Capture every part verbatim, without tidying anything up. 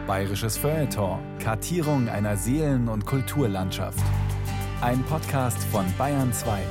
Bayerisches Feuilleton. Kartierung einer Seelen- und Kulturlandschaft. Ein Podcast von Bayern zwei.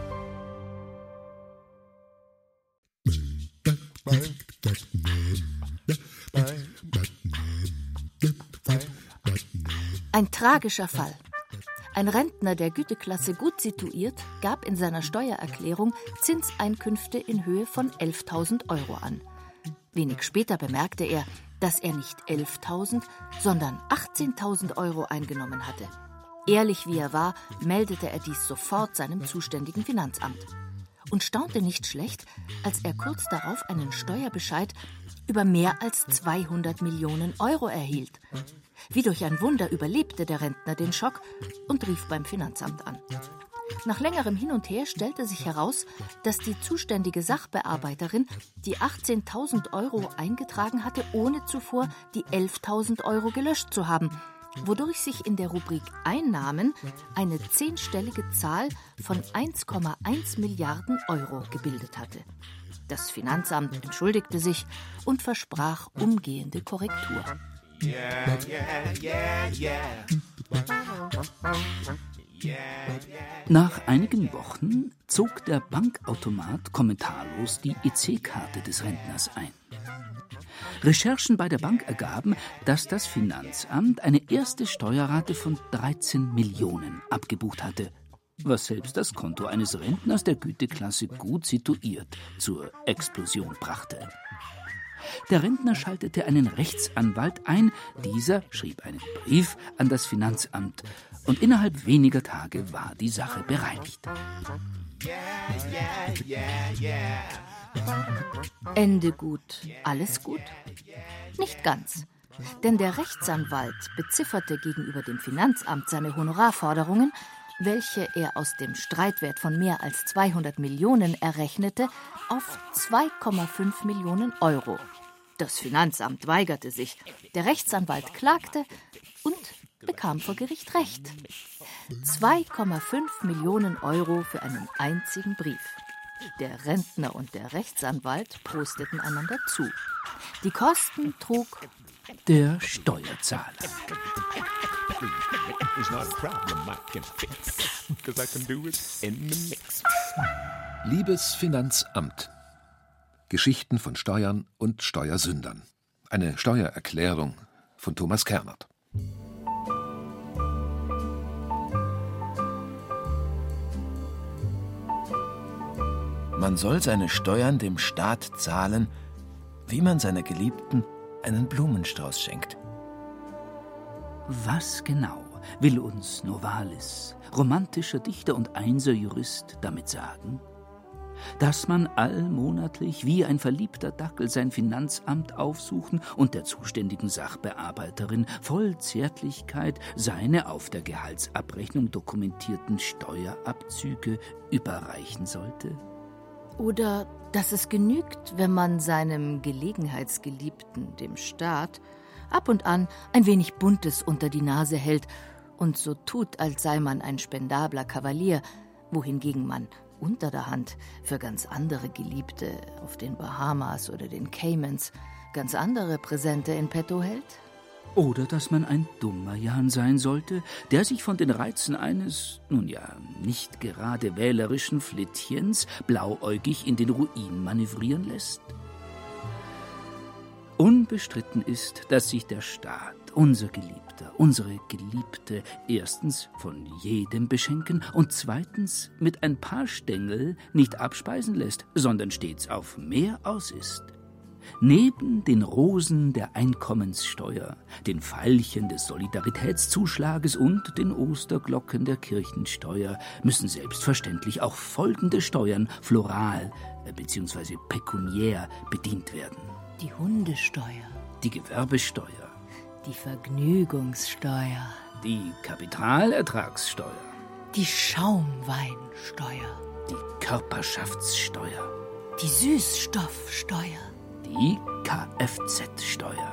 Ein tragischer Fall. Ein Rentner der Güteklasse gut situiert gab in seiner Steuererklärung Zinseinkünfte in Höhe von elftausend Euro an. Wenig später bemerkte er, dass er nicht elftausend, sondern achtzehntausend Euro eingenommen hatte. Ehrlich wie er war, meldete er dies sofort seinem zuständigen Finanzamt und staunte nicht schlecht, als er kurz darauf einen Steuerbescheid über mehr als zweihundert Millionen Euro erhielt. Wie durch ein Wunder überlebte der Rentner den Schock und rief beim Finanzamt an. Nach längerem Hin und Her stellte sich heraus, dass die zuständige Sachbearbeiterin die achtzehntausend Euro eingetragen hatte, ohne zuvor die elftausend Euro gelöscht zu haben, wodurch sich in der Rubrik Einnahmen eine zehnstellige Zahl von eins Komma eins Milliarden Euro gebildet hatte. Das Finanzamt entschuldigte sich und versprach umgehende Korrektur. Yeah, yeah, yeah, yeah. Nach einigen Wochen zog der Bankautomat kommentarlos die E C-Karte des Rentners ein. Recherchen bei der Bank ergaben, dass das Finanzamt eine erste Steuerrate von dreizehn Millionen abgebucht hatte, was selbst das Konto eines Rentners der Güteklasse gut situiert zur Explosion brachte. Der Rentner schaltete einen Rechtsanwalt ein, dieser schrieb einen Brief an das Finanzamt und innerhalb weniger Tage war die Sache bereinigt. Ende gut, alles gut? Nicht ganz. Denn der Rechtsanwalt bezifferte gegenüber dem Finanzamt seine Honorarforderungen, welche er aus dem Streitwert von mehr als zweihundert Millionen errechnete, auf zwei Komma fünf Millionen Euro. Das Finanzamt weigerte sich. Der Rechtsanwalt klagte und bekam vor Gericht Recht. zwei Komma fünf Millionen Euro für einen einzigen Brief. Der Rentner und der Rechtsanwalt prosteten einander zu. Die Kosten trug der Steuerzahler. Liebes Finanzamt. Geschichten von Steuern und Steuersündern. Eine Steuererklärung von Thomas Kernert. Man soll seine Steuern dem Staat zahlen, wie man seiner Geliebten einen Blumenstrauß schenkt. Was genau will uns Novalis, romantischer Dichter und Einser-Jurist, damit sagen? Dass man allmonatlich wie ein verliebter Dackel sein Finanzamt aufsuchen und der zuständigen Sachbearbeiterin voll Zärtlichkeit seine auf der Gehaltsabrechnung dokumentierten Steuerabzüge überreichen sollte? Oder dass es genügt, wenn man seinem Gelegenheitsgeliebten, dem Staat, ab und an ein wenig Buntes unter die Nase hält und so tut, als sei man ein spendabler Kavalier, wohingegen man unter der Hand für ganz andere Geliebte auf den Bahamas oder den Caymans ganz andere Präsente in petto hält? Oder dass man ein dummer Jan sein sollte, der sich von den Reizen eines, nun ja, nicht gerade wählerischen Flittchens blauäugig in den Ruin manövrieren lässt? Unbestritten ist, dass sich der Staat, unser Geliebter, unsere Geliebte, erstens von jedem beschenken und zweitens mit ein paar Stängel nicht abspeisen lässt, sondern stets auf mehr aus ist. Neben den Rosen der Einkommenssteuer, den Veilchen des Solidaritätszuschlages und den Osterglocken der Kirchensteuer müssen selbstverständlich auch folgende Steuern floral bzw. pekuniär bedient werden. Die Hundesteuer, die Gewerbesteuer, die Vergnügungssteuer, die Kapitalertragssteuer, die Schaumweinsteuer, die Körperschaftssteuer, die Süßstoffsteuer, die Kfz-Steuer.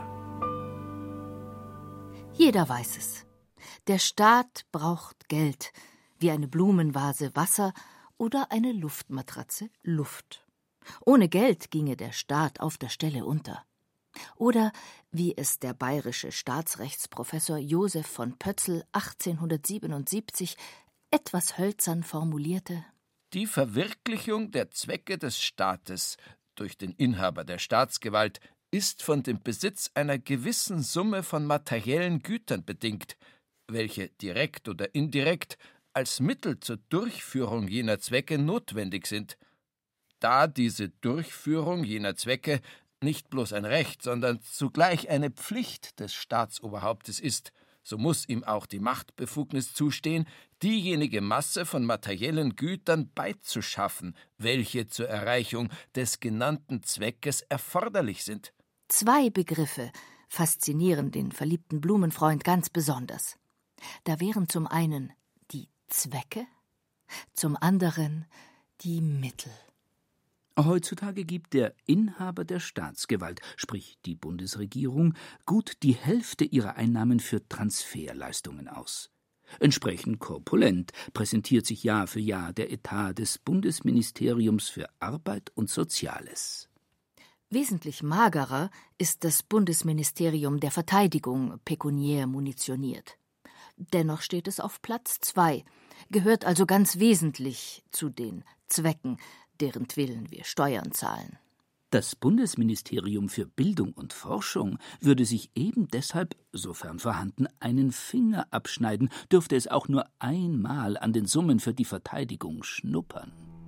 Jeder weiß es. Der Staat braucht Geld, wie eine Blumenvase Wasser oder eine Luftmatratze Luft. Ohne Geld ginge der Staat auf der Stelle unter. Oder wie es der bayerische Staatsrechtsprofessor Josef von Pötzl achtzehnhundertsiebenundsiebzig etwas hölzern formulierte: Die Verwirklichung der Zwecke des Staates durch den Inhaber der Staatsgewalt ist von dem Besitz einer gewissen Summe von materiellen Gütern bedingt, welche direkt oder indirekt als Mittel zur Durchführung jener Zwecke notwendig sind. Da diese Durchführung jener Zwecke nicht bloß ein Recht, sondern zugleich eine Pflicht des Staatsoberhauptes ist, so muss ihm auch die Machtbefugnis zustehen, diejenige Masse von materiellen Gütern beizuschaffen, welche zur Erreichung des genannten Zweckes erforderlich sind. Zwei Begriffe faszinieren den verliebten Blumenfreund ganz besonders. Da wären zum einen die Zwecke, zum anderen die Mittel. Heutzutage gibt der Inhaber der Staatsgewalt, sprich die Bundesregierung, gut die Hälfte ihrer Einnahmen für Transferleistungen aus. Entsprechend korpulent präsentiert sich Jahr für Jahr der Etat des Bundesministeriums für Arbeit und Soziales. Wesentlich magerer ist das Bundesministerium der Verteidigung pekuniär munitioniert. Dennoch steht es auf Platz zwei, gehört also ganz wesentlich zu den Zwecken, derentwillen wir Steuern zahlen. Das Bundesministerium für Bildung und Forschung würde sich eben deshalb, sofern vorhanden, einen Finger abschneiden, dürfte es auch nur einmal an den Summen für die Verteidigung schnuppern.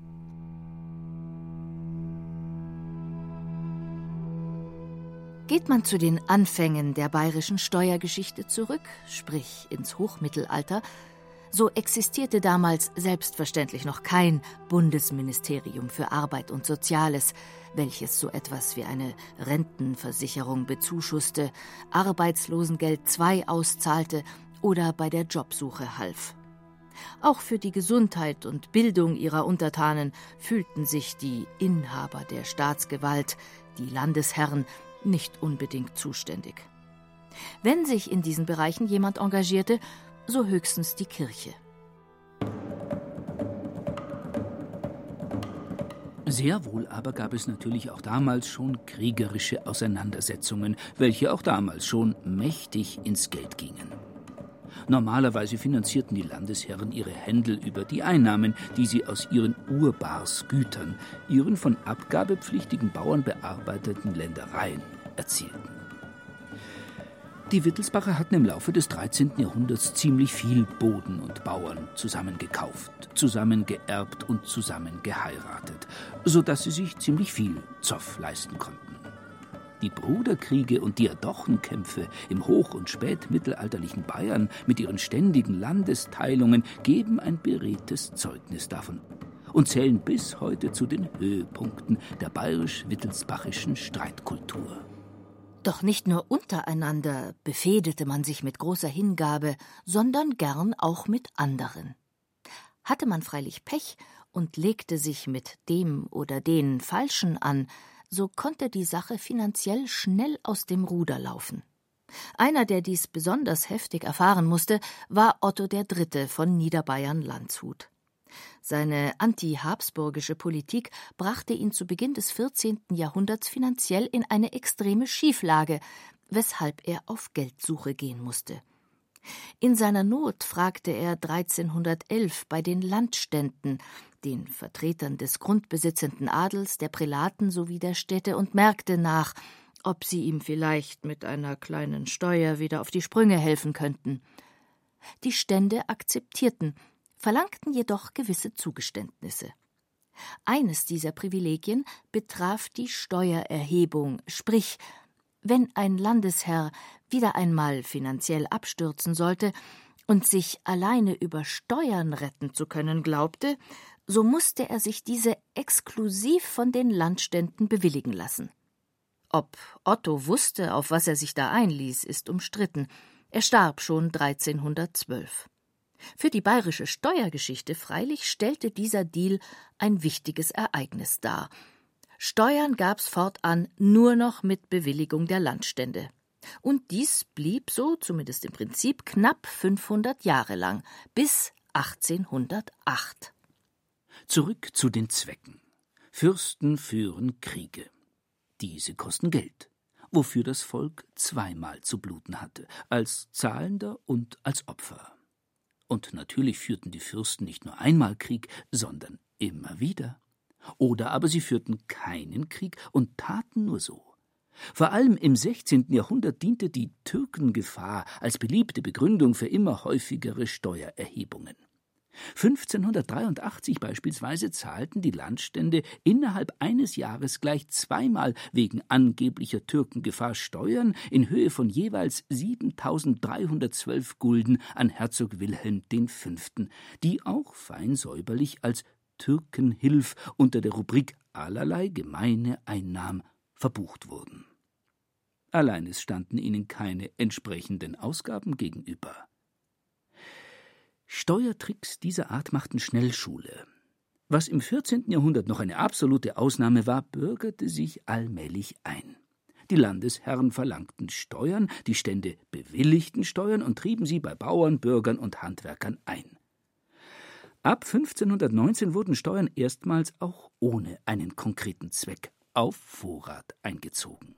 Geht man zu den Anfängen der bayerischen Steuergeschichte zurück, sprich ins Hochmittelalter, so existierte damals selbstverständlich noch kein Bundesministerium für Arbeit und Soziales, welches so etwas wie eine Rentenversicherung bezuschusste, Arbeitslosengeld zwei auszahlte oder bei der Jobsuche half. Auch für die Gesundheit und Bildung ihrer Untertanen fühlten sich die Inhaber der Staatsgewalt, die Landesherren, nicht unbedingt zuständig. Wenn sich in diesen Bereichen jemand engagierte, so höchstens die Kirche. Sehr wohl aber gab es natürlich auch damals schon kriegerische Auseinandersetzungen, welche auch damals schon mächtig ins Geld gingen. Normalerweise finanzierten die Landesherren ihre Händel über die Einnahmen, die sie aus ihren Urbarsgütern, ihren von abgabepflichtigen Bauern bearbeiteten Ländereien erzielten. Die Wittelsbacher hatten im Laufe des dreizehnten Jahrhunderts ziemlich viel Boden und Bauern zusammengekauft, zusammengeerbt und zusammengeheiratet, sodass sie sich ziemlich viel Zoff leisten konnten. Die Bruderkriege und Diadochenkämpfe im hoch- und spätmittelalterlichen Bayern mit ihren ständigen Landesteilungen geben ein beredtes Zeugnis davon und zählen bis heute zu den Höhepunkten der bayerisch-wittelsbachischen Streitkultur. Doch nicht nur untereinander befehdete man sich mit großer Hingabe, sondern gern auch mit anderen. Hatte man freilich Pech und legte sich mit dem oder den Falschen an, so konnte die Sache finanziell schnell aus dem Ruder laufen. Einer, der dies besonders heftig erfahren musste, war Otto der Dritte von Niederbayern-Landshut. Seine anti-habsburgische Politik brachte ihn zu Beginn des vierzehnten Jahrhunderts finanziell in eine extreme Schieflage, weshalb er auf Geldsuche gehen musste. In seiner Not fragte er dreizehnhundertelf bei den Landständen, den Vertretern des grundbesitzenden Adels, der Prälaten sowie der Städte und Märkte nach, ob sie ihm vielleicht mit einer kleinen Steuer wieder auf die Sprünge helfen könnten. Die Stände akzeptierten, verlangten jedoch gewisse Zugeständnisse. Eines dieser Privilegien betraf die Steuererhebung, sprich, wenn ein Landesherr wieder einmal finanziell abstürzen sollte und sich alleine über Steuern retten zu können glaubte, so musste er sich diese exklusiv von den Landständen bewilligen lassen. Ob Otto wusste, auf was er sich da einließ, ist umstritten. Er starb schon dreizehnhundertzwölf. Für die bayerische Steuergeschichte freilich stellte dieser Deal ein wichtiges Ereignis dar. Steuern gab's fortan nur noch mit Bewilligung der Landstände. Und dies blieb so, zumindest im Prinzip, knapp fünfhundert Jahre lang, bis achtzehnhundertacht. Zurück zu den Zwecken. Fürsten führen Kriege. Diese kosten Geld. wofür das Volk zweimal zu bluten hatte, als Zahlender und als Opfer. Und natürlich führten die Fürsten nicht nur einmal Krieg, sondern immer wieder. Oder aber sie führten keinen Krieg und taten nur so. Vor allem im sechzehnten Jahrhundert diente die Türkengefahr als beliebte Begründung für immer häufigere Steuererhebungen. fünfzehnhundertdreiundachtzig beispielsweise zahlten die Landstände innerhalb eines Jahres gleich zweimal wegen angeblicher Türkengefahr Steuern in Höhe von jeweils siebentausenddreihundertzwölf Gulden an Herzog Wilhelm der Fünfte, die auch fein säuberlich als Türkenhilf unter der Rubrik allerlei gemeine Einnahmen verbucht wurden. Allein es standen ihnen keine entsprechenden Ausgaben gegenüber. Steuertricks dieser Art machten schnell Schule. Was im vierzehnten Jahrhundert noch eine absolute Ausnahme war, bürgerte sich allmählich ein. Die Landesherren verlangten Steuern, die Stände bewilligten Steuern und trieben sie bei Bauern, Bürgern und Handwerkern ein. Ab fünfzehnhundertneunzehn wurden Steuern erstmals auch ohne einen konkreten Zweck auf Vorrat eingezogen.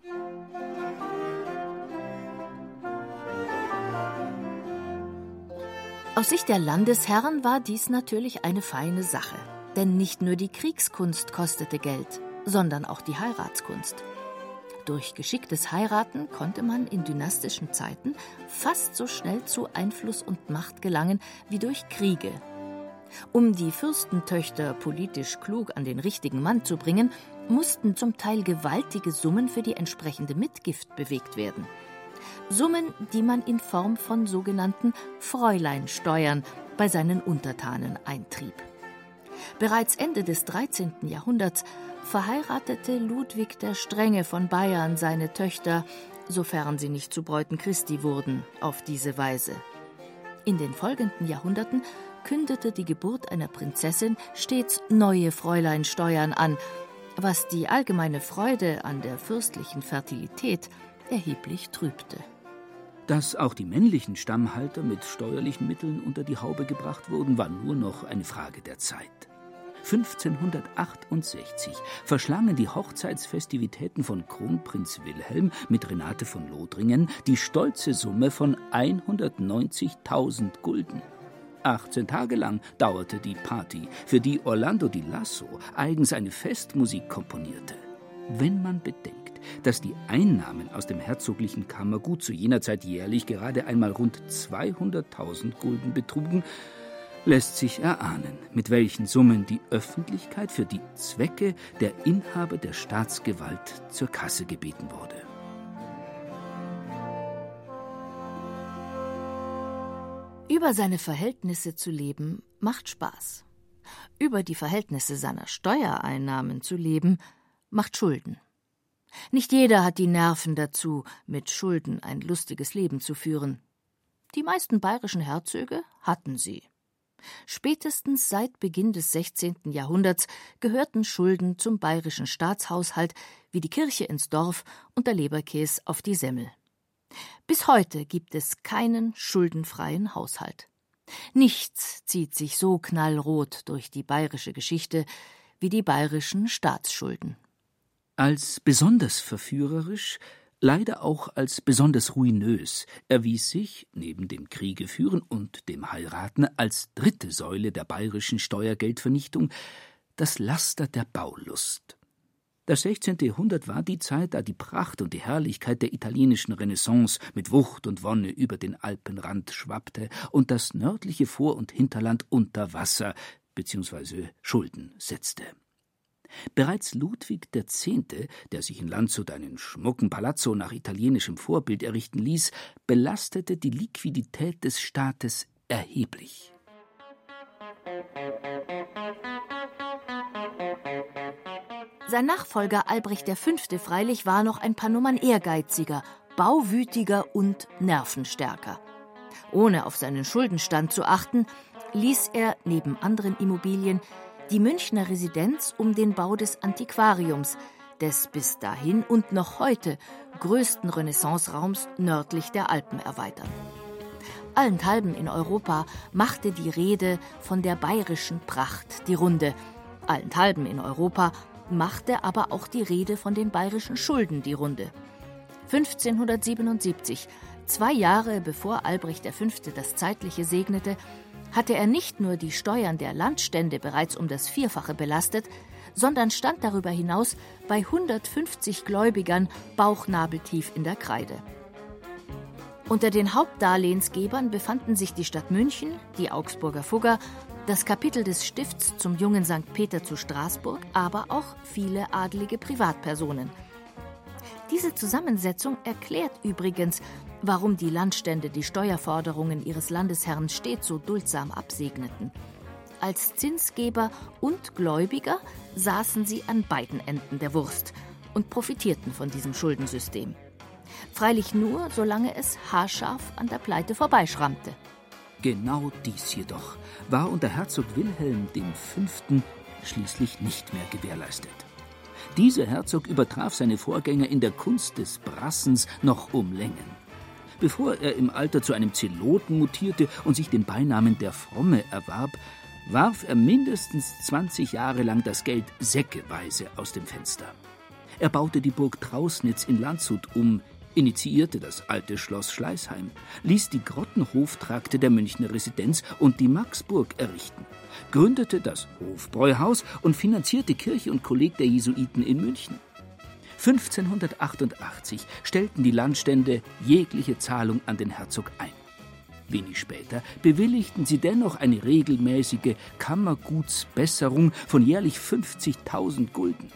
Aus Sicht der Landesherren war dies natürlich eine feine Sache. Denn nicht nur die Kriegskunst kostete Geld, sondern auch die Heiratskunst. Durch geschicktes Heiraten konnte man in dynastischen Zeiten fast so schnell zu Einfluss und Macht gelangen wie durch Kriege. Um die Fürstentöchter politisch klug an den richtigen Mann zu bringen, mussten zum Teil gewaltige Summen für die entsprechende Mitgift bewegt werden. Summen, die man in Form von sogenannten Fräuleinsteuern bei seinen Untertanen eintrieb. Bereits Ende des dreizehnten Jahrhunderts verheiratete Ludwig der Strenge von Bayern seine Töchter, sofern sie nicht zu Bräuten Christi wurden, auf diese Weise. In den folgenden Jahrhunderten kündete die Geburt einer Prinzessin stets neue Fräuleinsteuern an, was die allgemeine Freude an der fürstlichen Fertilität erheblich trübte. Dass auch die männlichen Stammhalter mit steuerlichen Mitteln unter die Haube gebracht wurden, war nur noch eine Frage der Zeit. fünfzehnhundertachtundsechzig verschlangen die Hochzeitsfestivitäten von Kronprinz Wilhelm mit Renate von Lothringen die stolze Summe von hundertneunzigtausend Gulden. achtzehn Tage lang dauerte die Party, für die Orlando di Lasso eigens eine Festmusik komponierte. Wenn man bedenkt, dass die Einnahmen aus dem herzoglichen Kammergut zu jener Zeit jährlich gerade einmal rund zweihunderttausend Gulden betrugen, lässt sich erahnen, mit welchen Summen die Öffentlichkeit für die Zwecke der Inhaber der Staatsgewalt zur Kasse gebeten wurde. Über seine Verhältnisse zu leben, macht Spaß. Über die Verhältnisse seiner Steuereinnahmen zu leben, macht Schulden. Nicht jeder hat die Nerven dazu, mit Schulden ein lustiges Leben zu führen. Die meisten bayerischen Herzöge hatten sie. Spätestens seit Beginn des sechzehnten Jahrhunderts gehörten Schulden zum bayerischen Staatshaushalt wie die Kirche ins Dorf und der Leberkäs auf die Semmel. Bis heute gibt es keinen schuldenfreien Haushalt. Nichts zieht sich so knallrot durch die bayerische Geschichte wie die bayerischen Staatsschulden. Als besonders verführerisch, leider auch als besonders ruinös, erwies sich, neben dem Kriege führen und dem Heiraten, als dritte Säule der bayerischen Steuergeldvernichtung das Laster der Baulust. Das sechzehnte Jahrhundert war die Zeit, da die Pracht und die Herrlichkeit der italienischen Renaissance mit Wucht und Wonne über den Alpenrand schwappte und das nördliche Vor- und Hinterland unter Wasser bzw. Schulden setzte. Bereits Ludwig der Zehnte, der sich in Landshut einen schmucken Palazzo nach italienischem Vorbild errichten ließ, belastete die Liquidität des Staates erheblich. Sein Nachfolger Albrecht der Fünfte freilich war noch ein paar Nummern ehrgeiziger, bauwütiger und nervenstärker. Ohne auf seinen Schuldenstand zu achten, ließ er neben anderen Immobilien die Münchner Residenz um den Bau des Antiquariums, des bis dahin und noch heute größten Renaissance-Raums nördlich der Alpen, erweitern. Allenthalben in Europa machte die Rede von der bayerischen Pracht die Runde. Allenthalben in Europa machte aber auch die Rede von den bayerischen Schulden die Runde. fünfzehnhundertsiebenundsiebzig, zwei Jahre bevor Albrecht der Fünfte das Zeitliche segnete, hatte er nicht nur die Steuern der Landstände bereits um das Vierfache belastet, sondern stand darüber hinaus bei hundertfünfzig Gläubigern bauchnabeltief in der Kreide. Unter den Hauptdarlehensgebern befanden sich die Stadt München, die Augsburger Fugger, das Kapitel des Stifts zum jungen Sankt Peter zu Straßburg, aber auch viele adelige Privatpersonen. Diese Zusammensetzung erklärt übrigens, warum die Landstände die Steuerforderungen ihres Landesherrn stets so duldsam absegneten. Als Zinsgeber und Gläubiger saßen sie an beiden Enden der Wurst und profitierten von diesem Schuldensystem. Freilich nur, solange es haarscharf an der Pleite vorbeischrammte. Genau dies jedoch war unter Herzog Wilhelm der Fünfte schließlich nicht mehr gewährleistet. Dieser Herzog übertraf seine Vorgänger in der Kunst des Brassens noch um Längen. Bevor er im Alter zu einem Zeloten mutierte und sich den Beinamen der Fromme erwarb, warf er mindestens zwanzig Jahre lang das Geld säckeweise aus dem Fenster. Er baute die Burg Trausnitz in Landshut um, initiierte das alte Schloss Schleißheim, ließ die Grottenhoftrakte der Münchner Residenz und die Maxburg errichten, gründete das Hofbräuhaus und finanzierte Kirche und Kolleg der Jesuiten in München. fünfzehnhundertachtundachtzig stellten die Landstände jegliche Zahlung an den Herzog ein. Wenig später bewilligten sie dennoch eine regelmäßige Kammergutsbesserung von jährlich fünfzigtausend Gulden.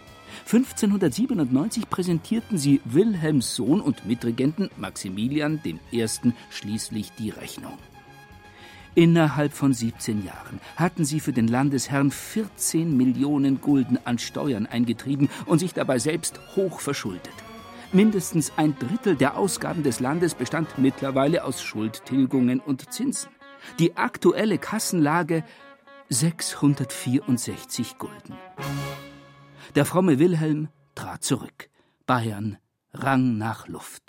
fünfzehnhundertsiebenundneunzig präsentierten sie Wilhelms Sohn und Mitregenten Maximilian dem Ersten schließlich die Rechnung. Innerhalb von siebzehn Jahren hatten sie für den Landesherrn vierzehn Millionen Gulden an Steuern eingetrieben und sich dabei selbst hoch verschuldet. Mindestens ein Drittel der Ausgaben des Landes bestand mittlerweile aus Schuldtilgungen und Zinsen. Die aktuelle Kassenlage sechshundertvierundsechzig Gulden. Der fromme Wilhelm trat zurück. Bayern rang nach Luft.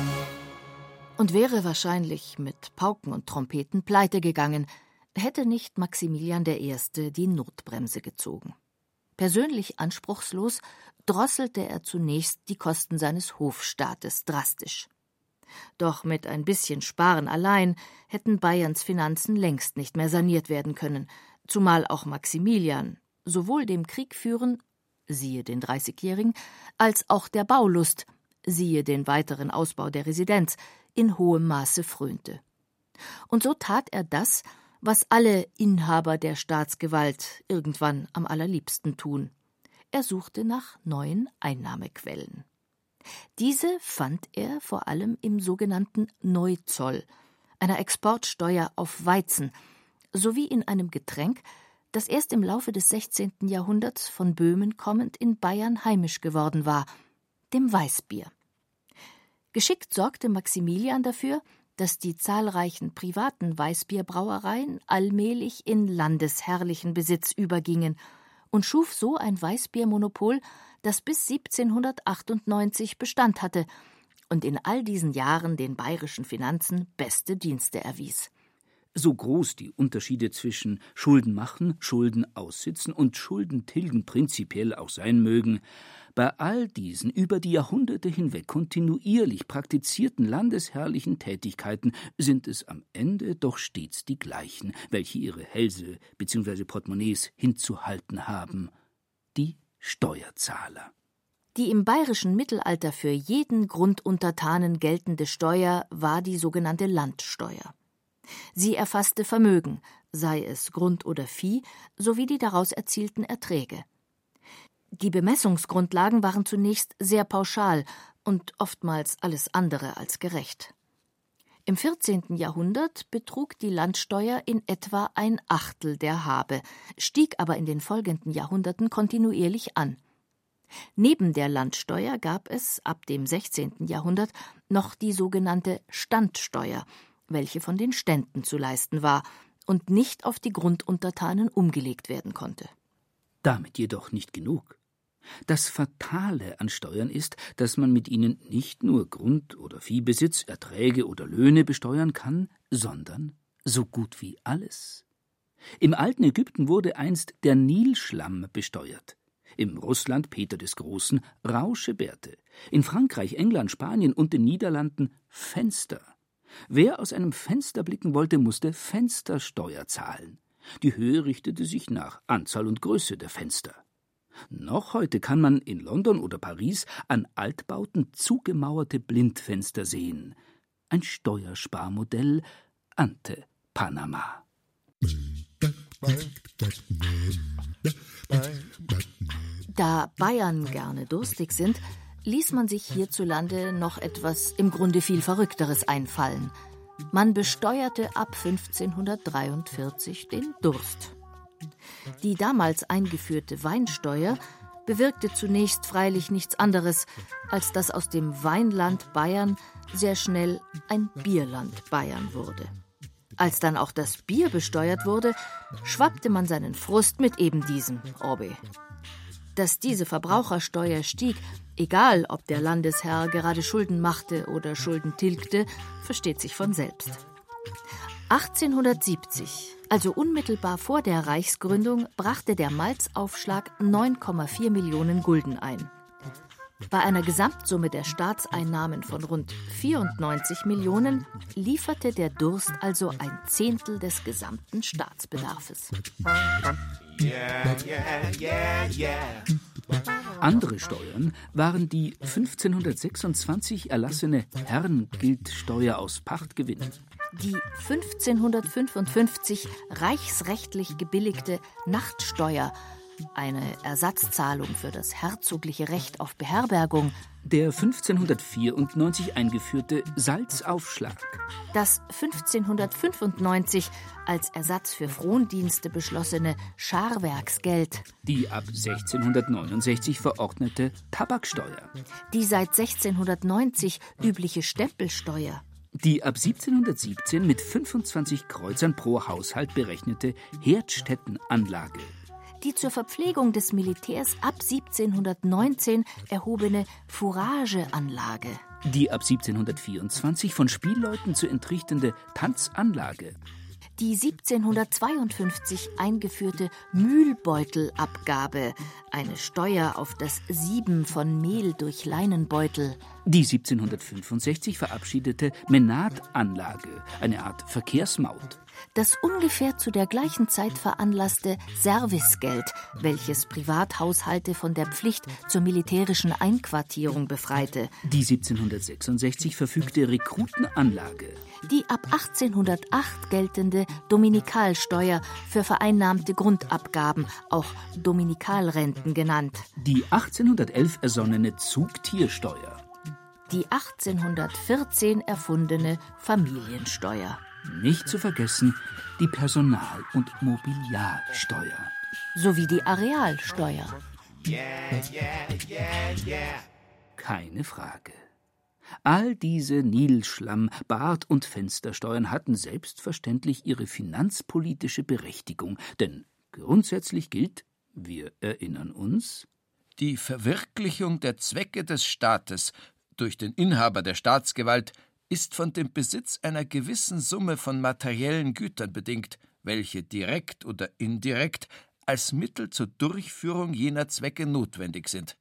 Und wäre wahrscheinlich mit Pauken und Trompeten pleite gegangen, hätte nicht Maximilian der Erste die Notbremse gezogen. Persönlich anspruchslos drosselte er zunächst die Kosten seines Hofstaates drastisch. Doch mit ein bisschen Sparen allein hätten Bayerns Finanzen längst nicht mehr saniert werden können, zumal auch Maximilian sowohl dem Kriegführen, siehe den Dreißigjährigen, als auch der Baulust, siehe den weiteren Ausbau der Residenz, in hohem Maße frönte. Und so tat er das, was alle Inhaber der Staatsgewalt irgendwann am allerliebsten tun. Er suchte nach neuen Einnahmequellen. Diese fand er vor allem im sogenannten Neuzoll, einer Exportsteuer auf Weizen, sowie in einem Getränk, das erst im Laufe des sechzehnten Jahrhunderts von Böhmen kommend in Bayern heimisch geworden war, dem Weißbier. Geschickt sorgte Maximilian dafür, dass die zahlreichen privaten Weißbierbrauereien allmählich in landesherrlichen Besitz übergingen und schuf so ein Weißbiermonopol, das bis siebzehnhundertachtundneunzig Bestand hatte und in all diesen Jahren den bayerischen Finanzen beste Dienste erwies. So groß die Unterschiede zwischen Schulden machen, Schulden aussitzen und Schulden tilgen prinzipiell auch sein mögen, bei all diesen über die Jahrhunderte hinweg kontinuierlich praktizierten landesherrlichen Tätigkeiten sind es am Ende doch stets die gleichen, welche ihre Hälse bzw. Portemonnaies hinzuhalten haben: die Steuerzahler. Die im bayerischen Mittelalter für jeden Grunduntertanen geltende Steuer war die sogenannte Landsteuer. Sie erfasste Vermögen, sei es Grund oder Vieh, sowie die daraus erzielten Erträge. Die Bemessungsgrundlagen waren zunächst sehr pauschal und oftmals alles andere als gerecht. Im vierzehnten Jahrhundert betrug die Landsteuer in etwa ein Achtel der Habe, stieg aber in den folgenden Jahrhunderten kontinuierlich an. Neben der Landsteuer gab es ab dem sechzehnten Jahrhundert noch die sogenannte Standsteuer, welche von den Ständen zu leisten war und nicht auf die Grunduntertanen umgelegt werden konnte. Damit jedoch nicht genug. Das Fatale an Steuern ist, dass man mit ihnen nicht nur Grund- oder Viehbesitz, Erträge oder Löhne besteuern kann, sondern so gut wie alles. Im alten Ägypten wurde einst der Nilschlamm besteuert. im Russland Peter des Großen Rauschebärte, in Frankreich, England, Spanien und den Niederlanden Fenster. Wer aus einem Fenster blicken wollte, musste Fenstersteuer zahlen. Die Höhe richtete sich nach Anzahl und Größe der Fenster. Noch heute kann man in London oder Paris an Altbauten zugemauerte Blindfenster sehen. Ein Steuersparmodell ante Panama. Da Bayern gerne durstig sind, ließ man sich hierzulande noch etwas im Grunde viel Verrückteres einfallen. Man besteuerte ab fünfzehnhundertdreiundvierzig den Durst. Die damals eingeführte Weinsteuer bewirkte zunächst freilich nichts anderes, als dass aus dem Weinland Bayern sehr schnell ein Bierland Bayern wurde. Als dann auch das Bier besteuert wurde, schwappte man seinen Frust mit eben diesem Orbe. Dass diese Verbrauchersteuer stieg, egal ob der Landesherr gerade Schulden machte oder Schulden tilgte, versteht sich von selbst. achtzehnhundertsiebzig, also unmittelbar vor der Reichsgründung, brachte der Malzaufschlag neun Komma vier Millionen Gulden ein. Bei einer Gesamtsumme der Staatseinnahmen von rund vierundneunzig Millionen lieferte der Durst also ein Zehntel des gesamten Staatsbedarfes. Andere Steuern waren die fünfzehnhundertsechsundzwanzig erlassene Herrengeldsteuer aus Pachtgewinnen, die fünfzehnhundertfünfundfünfzig reichsrechtlich gebilligte Nachtsteuer, eine Ersatzzahlung für das herzogliche Recht auf Beherbergung, der fünfzehnhundertvierundneunzig eingeführte Salzaufschlag, das fünfzehnhundertfünfundneunzig als Ersatz für Frondienste beschlossene Scharwerksgeld, die ab sechzehnhundertneunundsechzig verordnete Tabaksteuer, die seit sechzehnhundertneunzig übliche Stempelsteuer, die ab siebzehnhundertsiebzehn mit fünfundzwanzig Kreuzern pro Haushalt berechnete Herdstättenanlage, die zur Verpflegung des Militärs ab siebzehnhundertneunzehn erhobene Fourageanlage, die ab siebzehnhundertvierundzwanzig von Spielleuten zu entrichtende Tanzanlage, die siebzehnhundertzweiundfünfzig eingeführte Mühlbeutelabgabe, eine Steuer auf das Sieben von Mehl durch Leinenbeutel, die siebzehnhundertfünfundsechzig verabschiedete Menatanlage, eine Art Verkehrsmaut, das ungefähr zu der gleichen Zeit veranlasste Servicegeld, welches Privathaushalte von der Pflicht zur militärischen Einquartierung befreite, die siebzehnhundertsechsundsechzig verfügte Rekrutenanlage, die ab achtzehnhundertacht geltende Dominikalsteuer für vereinnahmte Grundabgaben, auch Dominikalrenten genannt, die achtzehnhundertelf ersonnene Zugtiersteuer, die achtzehnhundertvierzehn erfundene Familiensteuer. Nicht zu vergessen die Personal- und Mobiliarsteuer. Sowie die Arealsteuer. Keine Frage. All diese Nilschlamm-, Bad- und Fenstersteuern hatten selbstverständlich ihre finanzpolitische Berechtigung. Denn grundsätzlich gilt, wir erinnern uns, die Verwirklichung der Zwecke des Staates durch den Inhaber der Staatsgewalt ist von dem Besitz einer gewissen Summe von materiellen Gütern bedingt, welche direkt oder indirekt als Mittel zur Durchführung jener Zwecke notwendig sind.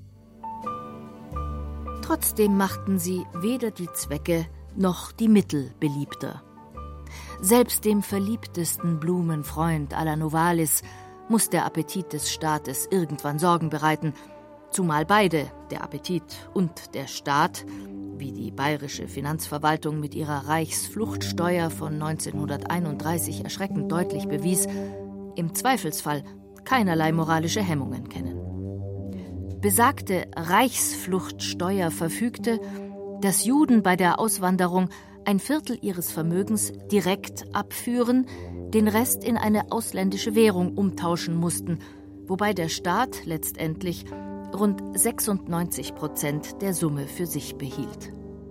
Trotzdem machten sie weder die Zwecke noch die Mittel beliebter. Selbst dem verliebtesten Blumenfreund à la Novalis muss der Appetit des Staates irgendwann Sorgen bereiten, zumal beide, der Appetit und der Staat, wie die bayerische Finanzverwaltung mit ihrer Reichsfluchtsteuer von neunzehnhunderteinunddreißig erschreckend deutlich bewies, im Zweifelsfall keinerlei moralische Hemmungen kennen. Besagte Reichsfluchtsteuer verfügte, dass Juden bei der Auswanderung ein Viertel ihres Vermögens direkt abführen, den Rest in eine ausländische Währung umtauschen mussten, wobei der Staat letztendlich rund sechsundneunzig Prozent der Summe für sich behielt.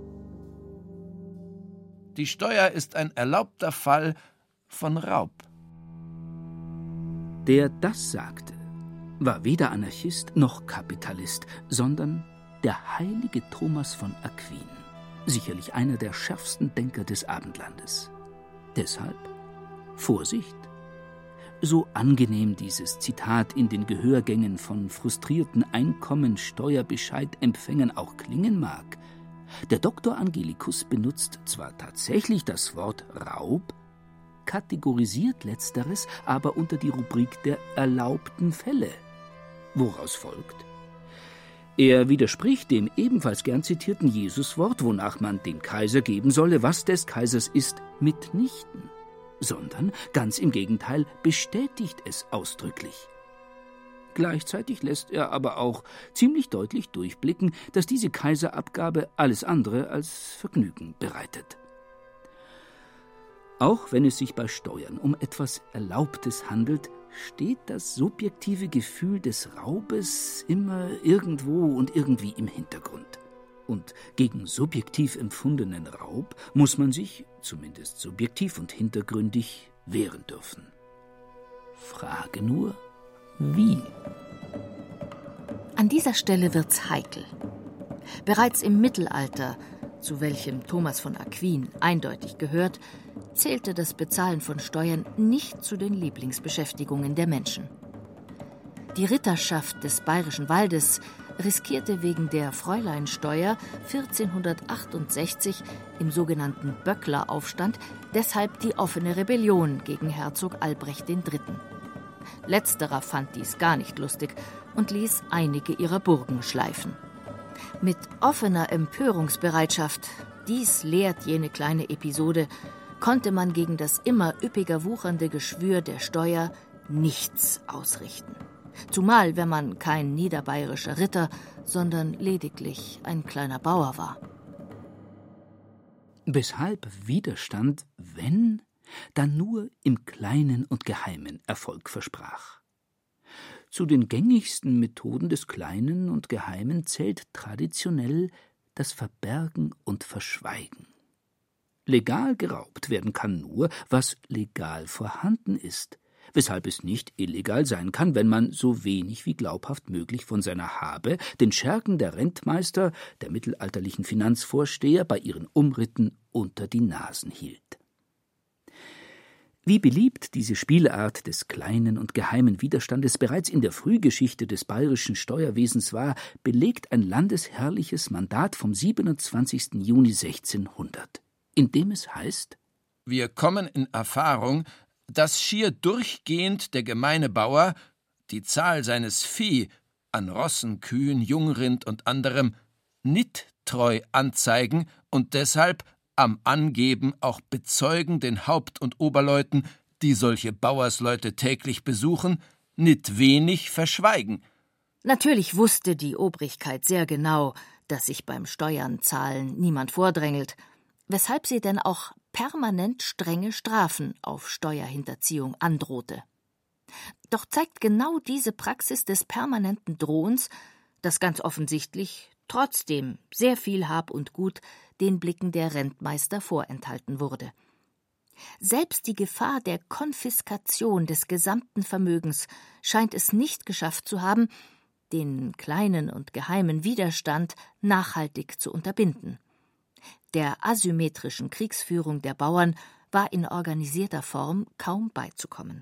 Die Steuer ist ein erlaubter Fall von Raub. Der das sagte, war weder Anarchist noch Kapitalist, sondern der heilige Thomas von Aquin, sicherlich einer der schärfsten Denker des Abendlandes. Deshalb Vorsicht, So angenehm dieses Zitat in den Gehörgängen von frustrierten Einkommensteuerbescheidempfängern auch klingen mag, der Doktor Angelicus benutzt zwar tatsächlich das Wort Raub, kategorisiert letzteres aber unter die Rubrik der erlaubten Fälle. Woraus folgt: Er widerspricht dem ebenfalls gern zitierten Jesuswort, wonach man dem Kaiser geben solle, was des Kaisers ist, mitnichten, sondern ganz im Gegenteil bestätigt es ausdrücklich. Gleichzeitig lässt er aber auch ziemlich deutlich durchblicken, dass diese Kaiserabgabe alles andere als Vergnügen bereitet. Auch wenn es sich bei Steuern um etwas Erlaubtes handelt, steht das subjektive Gefühl des Raubes immer irgendwo und irgendwie im Hintergrund. Und gegen subjektiv empfundenen Raub muss man sich, zumindest subjektiv und hintergründig, wehren dürfen. Frage nur, wie? An dieser Stelle wird's heikel. Bereits im Mittelalter, zu welchem Thomas von Aquin eindeutig gehört, zählte das Bezahlen von Steuern nicht zu den Lieblingsbeschäftigungen der Menschen. Die Ritterschaft des Bayerischen Waldes riskierte wegen der Fräuleinsteuer vierzehnhundertachtundsechzig im sogenannten Böckler-Aufstand deshalb die offene Rebellion gegen Herzog Albrecht der Dritte. Letzterer fand dies gar nicht lustig und ließ einige ihrer Burgen schleifen. Mit offener Empörungsbereitschaft, dies lehrt jene kleine Episode, konnte man gegen das immer üppiger wuchernde Geschwür der Steuer nichts ausrichten. Zumal, wenn man kein niederbayerischer Ritter, sondern lediglich ein kleiner Bauer war. Weshalb Widerstand, wenn, dann nur im Kleinen und Geheimen Erfolg versprach. Zu den gängigsten Methoden des Kleinen und Geheimen zählt traditionell das Verbergen und Verschweigen. Legal geraubt werden kann nur, was legal vorhanden ist, weshalb es nicht illegal sein kann, wenn man so wenig wie glaubhaft möglich von seiner Habe den Schergen der Rentmeister, der mittelalterlichen Finanzvorsteher, bei ihren Umritten unter die Nasen hielt. Wie beliebt diese Spielart des kleinen und geheimen Widerstandes bereits in der Frühgeschichte des bayerischen Steuerwesens war, belegt ein landesherrliches Mandat vom siebenundzwanzigsten Juni sechzehnhundert, in dem es heißt: Wir kommen in Erfahrung, dass schier durchgehend der gemeine Bauer die Zahl seines Vieh an Rossen, Kühen, Jungrind und anderem nicht treu anzeigen und deshalb am Angeben auch bezeugen den Haupt- und Oberleuten, die solche Bauersleute täglich besuchen, nicht wenig verschweigen. Natürlich wusste die Obrigkeit sehr genau, dass sich beim Steuernzahlen niemand vordrängelt, weshalb sie denn auch permanent strenge Strafen auf Steuerhinterziehung androhte. Doch zeigt genau diese Praxis des permanenten Drohens, dass ganz offensichtlich trotzdem sehr viel Hab und Gut den Blicken der Rentmeister vorenthalten wurde. Selbst die Gefahr der Konfiskation des gesamten Vermögens scheint es nicht geschafft zu haben, den kleinen und geheimen Widerstand nachhaltig zu unterbinden. Der asymmetrischen Kriegsführung der Bauern war in organisierter Form kaum beizukommen.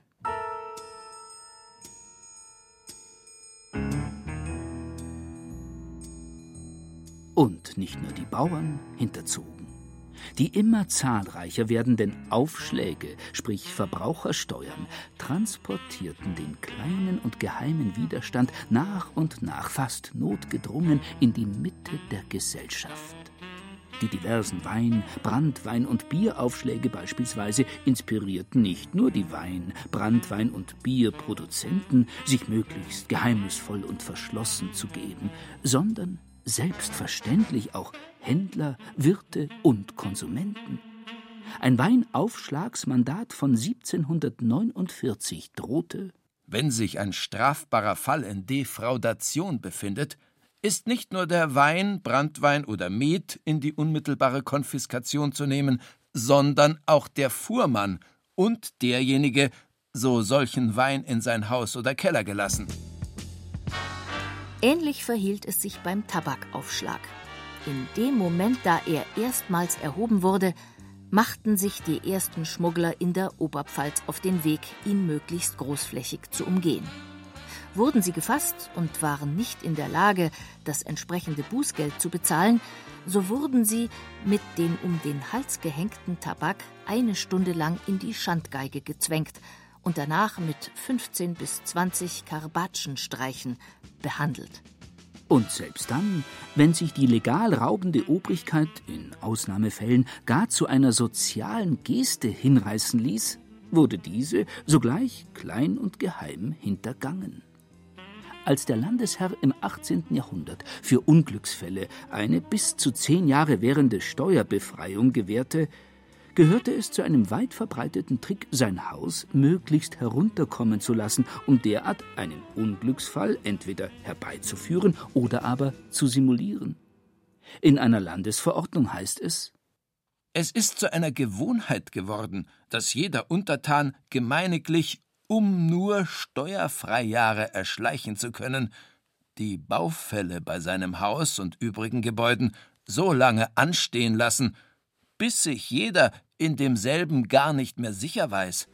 Und nicht nur die Bauern hinterzogen. Die immer zahlreicher werdenden Aufschläge, sprich Verbrauchersteuern, transportierten den kleinen und geheimen Widerstand nach und nach fast notgedrungen in die Mitte der Gesellschaft. Die diversen Wein-, Branntwein- und Bieraufschläge beispielsweise inspirierten nicht nur die Wein-, Branntwein- und Bierproduzenten, sich möglichst geheimnisvoll und verschlossen zu geben, sondern selbstverständlich auch Händler, Wirte und Konsumenten. Ein Weinaufschlagsmandat von siebzehnhundertneunundvierzig drohte: Wenn sich ein strafbarer Fall in Defraudation befindet, ist nicht nur der Wein, Branntwein oder Met in die unmittelbare Konfiskation zu nehmen, sondern auch der Fuhrmann und derjenige, so solchen Wein in sein Haus oder Keller gelassen. Ähnlich verhielt es sich beim Tabakaufschlag. In dem Moment, da er erstmals erhoben wurde, machten sich die ersten Schmuggler in der Oberpfalz auf den Weg, ihn möglichst großflächig zu umgehen. Wurden sie gefasst und waren nicht in der Lage, das entsprechende Bußgeld zu bezahlen, so wurden sie mit den um den Hals gehängten Tabak eine Stunde lang in die Schandgeige gezwängt und danach mit fünfzehn bis zwanzig Karbatschenstreichen behandelt. Und selbst dann, wenn sich die legal raubende Obrigkeit in Ausnahmefällen gar zu einer sozialen Geste hinreißen ließ, wurde diese sogleich klein und geheim hintergangen. Als der Landesherr im achtzehnten Jahrhundert für Unglücksfälle eine bis zu zehn Jahre währende Steuerbefreiung gewährte, gehörte es zu einem weit verbreiteten Trick, sein Haus möglichst herunterkommen zu lassen, um derart einen Unglücksfall entweder herbeizuführen oder aber zu simulieren. In einer Landesverordnung heißt es: Es ist zu einer Gewohnheit geworden, dass jeder Untertan gemeiniglich, um nur Steuerfreijahre erschleichen zu können, die Baufälle bei seinem Haus und übrigen Gebäuden so lange anstehen lassen, bis sich jeder in demselben gar nicht mehr sicher weiß.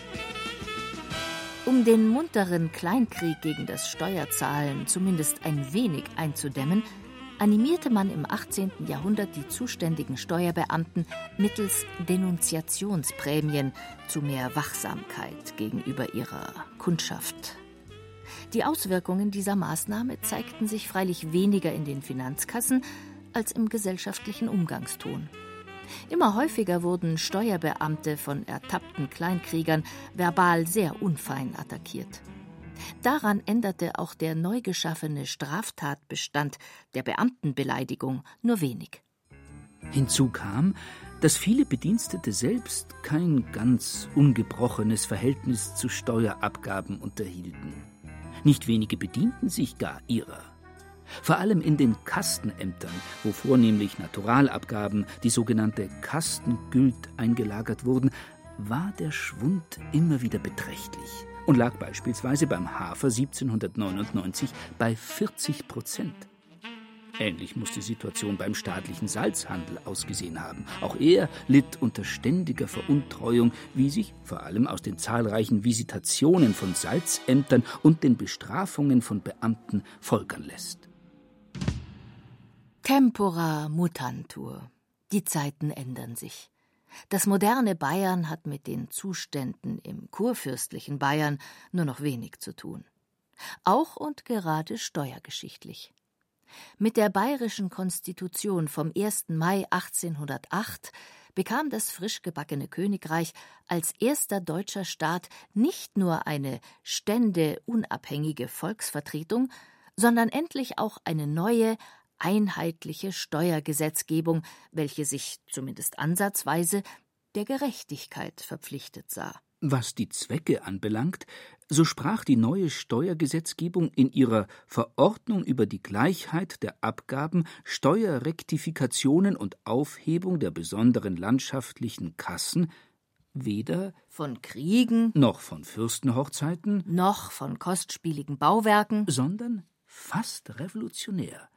Um den munteren Kleinkrieg gegen das Steuerzahlen zumindest ein wenig einzudämmen, animierte man im achtzehnten Jahrhundert die zuständigen Steuerbeamten mittels Denunziationsprämien zu mehr Wachsamkeit gegenüber ihrer Kundschaft. Die Auswirkungen dieser Maßnahme zeigten sich freilich weniger in den Finanzkassen als im gesellschaftlichen Umgangston. Immer häufiger wurden Steuerbeamte von ertappten Kleinkriegern verbal sehr unfein attackiert. Daran änderte auch der neu geschaffene Straftatbestand der Beamtenbeleidigung nur wenig. Hinzu kam, dass viele Bedienstete selbst kein ganz ungebrochenes Verhältnis zu Steuerabgaben unterhielten. Nicht wenige bedienten sich gar ihrer. Vor allem in den Kastenämtern, wo vornehmlich Naturalabgaben, die sogenannte Kastengüld, eingelagert wurden, war der Schwund immer wieder beträchtlich und lag beispielsweise beim Hafer siebzehnhundertneunundneunzig bei vierzig Prozent. Ähnlich muss die Situation beim staatlichen Salzhandel ausgesehen haben. Auch er litt unter ständiger Veruntreuung, wie sich vor allem aus den zahlreichen Visitationen von Salzämtern und den Bestrafungen von Beamten folgern lässt. Tempora mutantur. Die Zeiten ändern sich. Das moderne Bayern hat mit den Zuständen im kurfürstlichen Bayern nur noch wenig zu tun. Auch und gerade steuergeschichtlich. Mit der bayerischen Konstitution vom ersten Mai achtzehnhundertacht bekam das frisch gebackene Königreich als erster deutscher Staat nicht nur eine ständeunabhängige Volksvertretung, sondern endlich auch eine neue, einheitliche Steuergesetzgebung, welche sich zumindest ansatzweise der Gerechtigkeit verpflichtet sah. Was die Zwecke anbelangt, so sprach die neue Steuergesetzgebung in ihrer Verordnung über die Gleichheit der Abgaben, Steuerrektifikationen und Aufhebung der besonderen landschaftlichen Kassen weder von Kriegen noch von Fürstenhochzeiten noch von kostspieligen Bauwerken, sondern fast revolutionär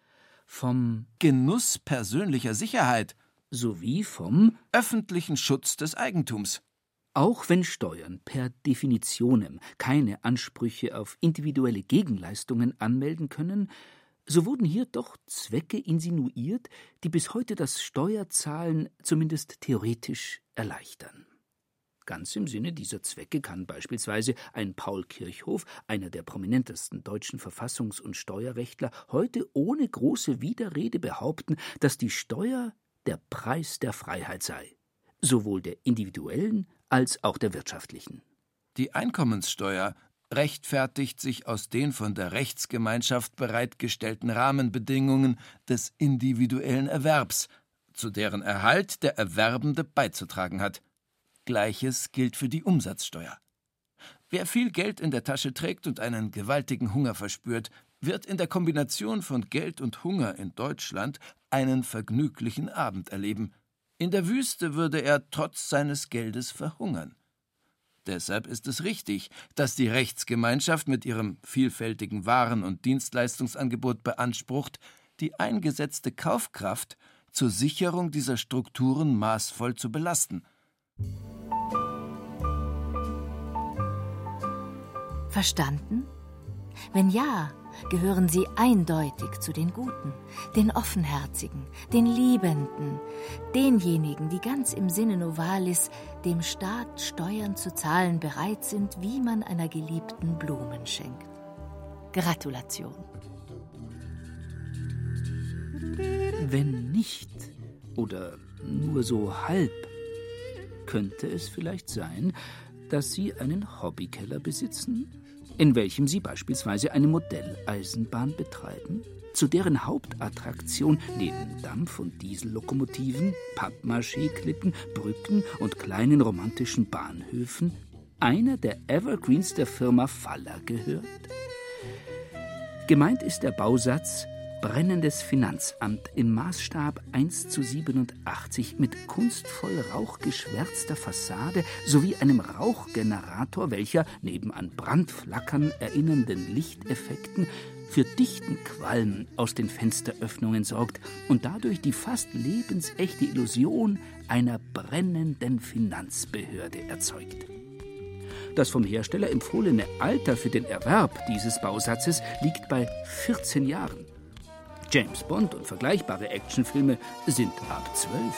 vom Genuss persönlicher Sicherheit sowie vom öffentlichen Schutz des Eigentums. Auch wenn Steuern per Definitionem keine Ansprüche auf individuelle Gegenleistungen anmelden können, so wurden hier doch Zwecke insinuiert, die bis heute das Steuerzahlen zumindest theoretisch erleichtern. Ganz im Sinne dieser Zwecke kann beispielsweise ein Paul Kirchhof, einer der prominentesten deutschen Verfassungs- und Steuerrechtler, heute ohne große Widerrede behaupten, dass die Steuer der Preis der Freiheit sei, sowohl der individuellen als auch der wirtschaftlichen. Die Einkommenssteuer rechtfertigt sich aus den von der Rechtsgemeinschaft bereitgestellten Rahmenbedingungen des individuellen Erwerbs, zu deren Erhalt der Erwerbende beizutragen hat. Gleiches gilt für die Umsatzsteuer. Wer viel Geld in der Tasche trägt und einen gewaltigen Hunger verspürt, wird in der Kombination von Geld und Hunger in Deutschland einen vergnüglichen Abend erleben. In der Wüste würde er trotz seines Geldes verhungern. Deshalb ist es richtig, dass die Rechtsgemeinschaft mit ihrem vielfältigen Waren- und Dienstleistungsangebot beansprucht, die eingesetzte Kaufkraft zur Sicherung dieser Strukturen maßvoll zu belasten. Verstanden? Wenn ja, gehören Sie eindeutig zu den Guten, den Offenherzigen, den Liebenden, denjenigen, die ganz im Sinne Novalis dem Staat Steuern zu zahlen bereit sind, wie man einer Geliebten Blumen schenkt. Gratulation. Wenn nicht, oder nur so halb, könnte es vielleicht sein, dass Sie einen Hobbykeller besitzen, in welchem Sie beispielsweise eine Modelleisenbahn betreiben, zu deren Hauptattraktion neben Dampf- und Diesellokomotiven, Pappmaché-Klippen, Brücken und kleinen romantischen Bahnhöfen einer der Evergreens der Firma Faller gehört. Gemeint ist der Bausatz Brennendes Finanzamt im Maßstab eins zu siebenundachtzig mit kunstvoll rauchgeschwärzter Fassade sowie einem Rauchgenerator, welcher neben an Brandflackern erinnernden Lichteffekten für dichten Qualm aus den Fensteröffnungen sorgt und dadurch die fast lebensechte Illusion einer brennenden Finanzbehörde erzeugt. Das vom Hersteller empfohlene Alter für den Erwerb dieses Bausatzes liegt bei vierzehn Jahren. James Bond und vergleichbare Actionfilme sind ab zwölf.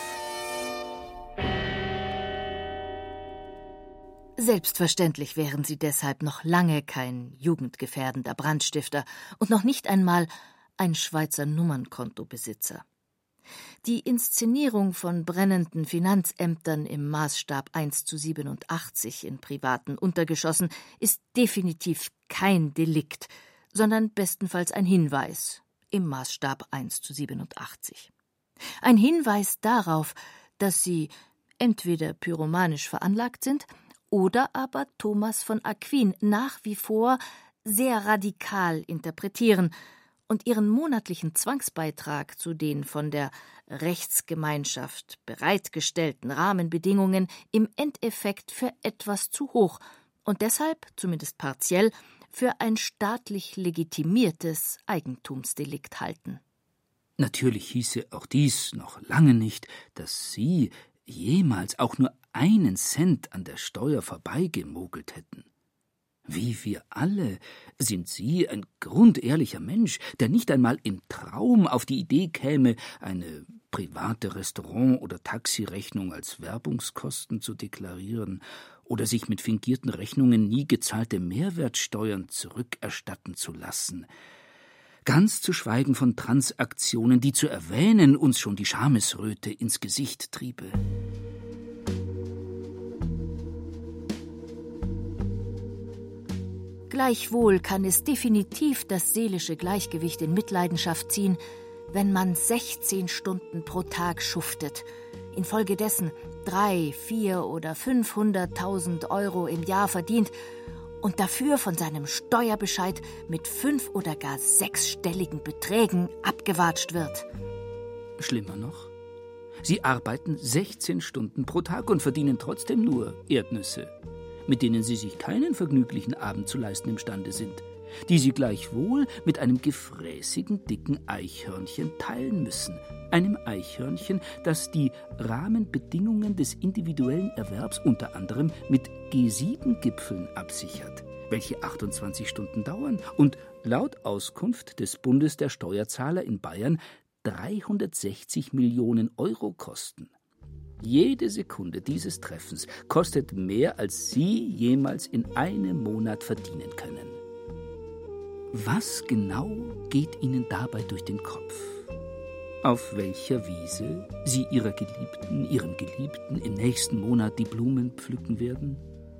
Selbstverständlich wären Sie deshalb noch lange kein jugendgefährdender Brandstifter und noch nicht einmal ein Schweizer Nummernkontobesitzer. Die Inszenierung von brennenden Finanzämtern im Maßstab eins zu siebenundachtzig in privaten Untergeschossen ist definitiv kein Delikt, sondern bestenfalls ein Hinweis im Maßstab eins zu siebenundachtzig. Ein Hinweis darauf, dass Sie entweder pyromanisch veranlagt sind oder aber Thomas von Aquin nach wie vor sehr radikal interpretieren und ihren monatlichen Zwangsbeitrag zu den von der Rechtsgemeinschaft bereitgestellten Rahmenbedingungen im Endeffekt für etwas zu hoch und deshalb, zumindest partiell, für ein staatlich legitimiertes Eigentumsdelikt halten. Natürlich hieße auch dies noch lange nicht, dass Sie jemals auch nur einen Cent an der Steuer vorbeigemogelt hätten. Wie wir alle sind Sie ein grundehrlicher Mensch, der nicht einmal im Traum auf die Idee käme, eine private Restaurant- oder Taxirechnung als Werbungskosten zu deklarieren oder sich mit fingierten Rechnungen nie gezahlte Mehrwertsteuern zurückerstatten zu lassen. Ganz zu schweigen von Transaktionen, die zu erwähnen uns schon die Schamesröte ins Gesicht triebe. Gleichwohl kann es definitiv das seelische Gleichgewicht in Mitleidenschaft ziehen, wenn man sechzehn Stunden pro Tag schuftet, infolgedessen drei, vier oder fünfhunderttausend Euro im Jahr verdient und dafür von seinem Steuerbescheid mit fünf- oder gar sechsstelligen Beträgen abgewatscht wird. Schlimmer noch, Sie arbeiten sechzehn Stunden pro Tag und verdienen trotzdem nur Erdnüsse, mit denen Sie sich keinen vergnüglichen Abend zu leisten imstande sind, die Sie gleichwohl mit einem gefräßigen, dicken Eichhörnchen teilen müssen. Einem Eichhörnchen, das die Rahmenbedingungen des individuellen Erwerbs unter anderem mit G sieben Gipfeln absichert, welche achtundzwanzig Stunden dauern und laut Auskunft des Bundes der Steuerzahler in Bayern dreihundertsechzig Millionen Euro kosten. Jede Sekunde dieses Treffens kostet mehr, als Sie jemals in einem Monat verdienen können. Was genau geht Ihnen dabei durch den Kopf? Auf welcher Wiese Sie Ihrer Geliebten, Ihrem Geliebten im nächsten Monat die Blumen pflücken werden?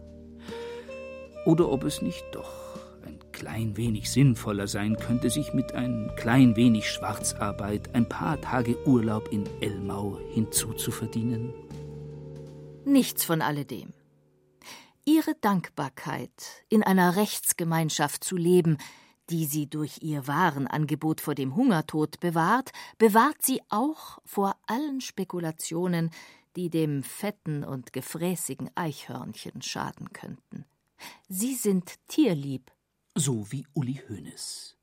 Oder ob es nicht doch ein klein wenig sinnvoller sein könnte, sich mit ein klein wenig Schwarzarbeit ein paar Tage Urlaub in Elmau hinzuzuverdienen? Nichts von alledem. Ihre Dankbarkeit, in einer Rechtsgemeinschaft zu leben, die sie durch ihr Warenangebot vor dem Hungertod bewahrt, bewahrt sie auch vor allen Spekulationen, die dem fetten und gefräßigen Eichhörnchen schaden könnten. Sie sind tierlieb. So wie Uli Hoeneß.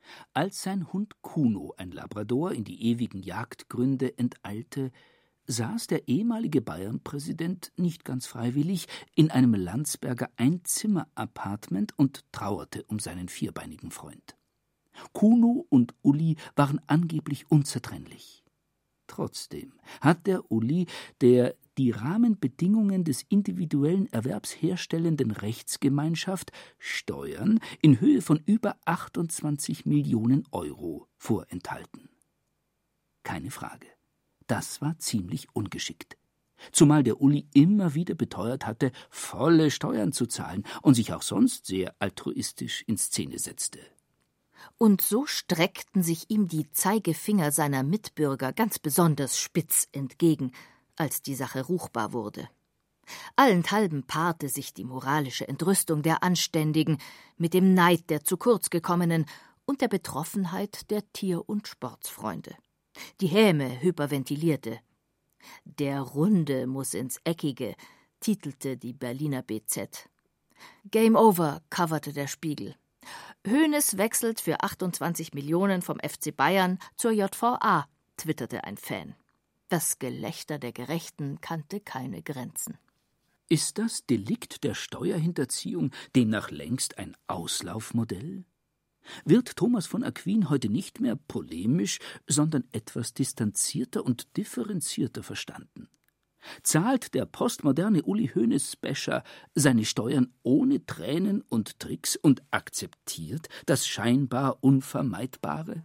Als sein Hund Kuno, ein Labrador, in die ewigen Jagdgründe enteilte, saß der ehemalige Bayernpräsident nicht ganz freiwillig in einem Landsberger Einzimmer-Appartement und trauerte um seinen vierbeinigen Freund. Kuno und Uli waren angeblich unzertrennlich. Trotzdem hat der Uli, der die Rahmenbedingungen des individuellen Erwerbs herstellenden Rechtsgemeinschaft, Steuern in Höhe von über achtundzwanzig Millionen Euro vorenthalten. Keine Frage, das war ziemlich ungeschickt. Zumal der Uli immer wieder beteuert hatte, volle Steuern zu zahlen und sich auch sonst sehr altruistisch in Szene setzte. Und so streckten sich ihm die Zeigefinger seiner Mitbürger ganz besonders spitz entgegen, als die Sache ruchbar wurde. Allenthalben paarte sich die moralische Entrüstung der Anständigen mit dem Neid der zu kurz gekommenen und der Betroffenheit der Tier- und Sportsfreunde. Die Häme hyperventilierte. »Der Runde muss ins Eckige«, titelte die Berliner B Z. »Game over«, coverte der Spiegel. »Hoeneß wechselt für achtundzwanzig Millionen vom F C Bayern zur J V A«, twitterte ein Fan. Das Gelächter der Gerechten kannte keine Grenzen. Ist das Delikt der Steuerhinterziehung demnach längst ein Auslaufmodell? Wird Thomas von Aquin heute nicht mehr polemisch, sondern etwas distanzierter und differenzierter verstanden? Zahlt der postmoderne Uli Hoeneß-Basher seine Steuern ohne Tränen und Tricks und akzeptiert das scheinbar Unvermeidbare?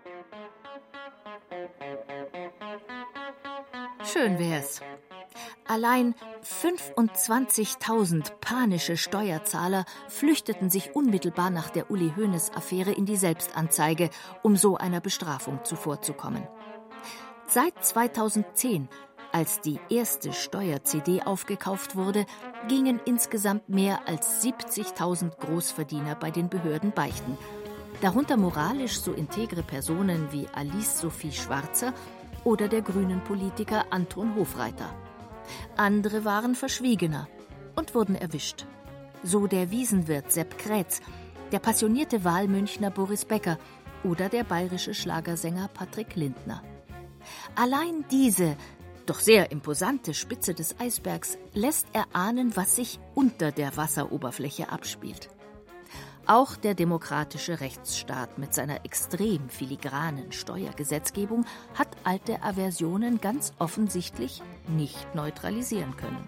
Schön wär's. Allein fünfundzwanzigtausend panische Steuerzahler flüchteten sich unmittelbar nach der Uli-Hoeneß-Affäre in die Selbstanzeige, um so einer Bestrafung zuvorzukommen. Seit zweitausendzehn, als die erste Steuer-C D aufgekauft wurde, gingen insgesamt mehr als siebzigtausend Großverdiener bei den Behörden beichten. Darunter moralisch so integre Personen wie Alice Sophie Schwarzer oder der grünen Politiker Anton Hofreiter. Andere waren verschwiegener und wurden erwischt. So der Wiesenwirt Sepp Krätz, der passionierte Wahlmünchner Boris Becker oder der bayerische Schlagersänger Patrick Lindner. Allein diese, doch sehr imposante Spitze des Eisbergs lässt erahnen, was sich unter der Wasseroberfläche abspielt. Auch der demokratische Rechtsstaat mit seiner extrem filigranen Steuergesetzgebung hat alte Aversionen ganz offensichtlich nicht neutralisieren können.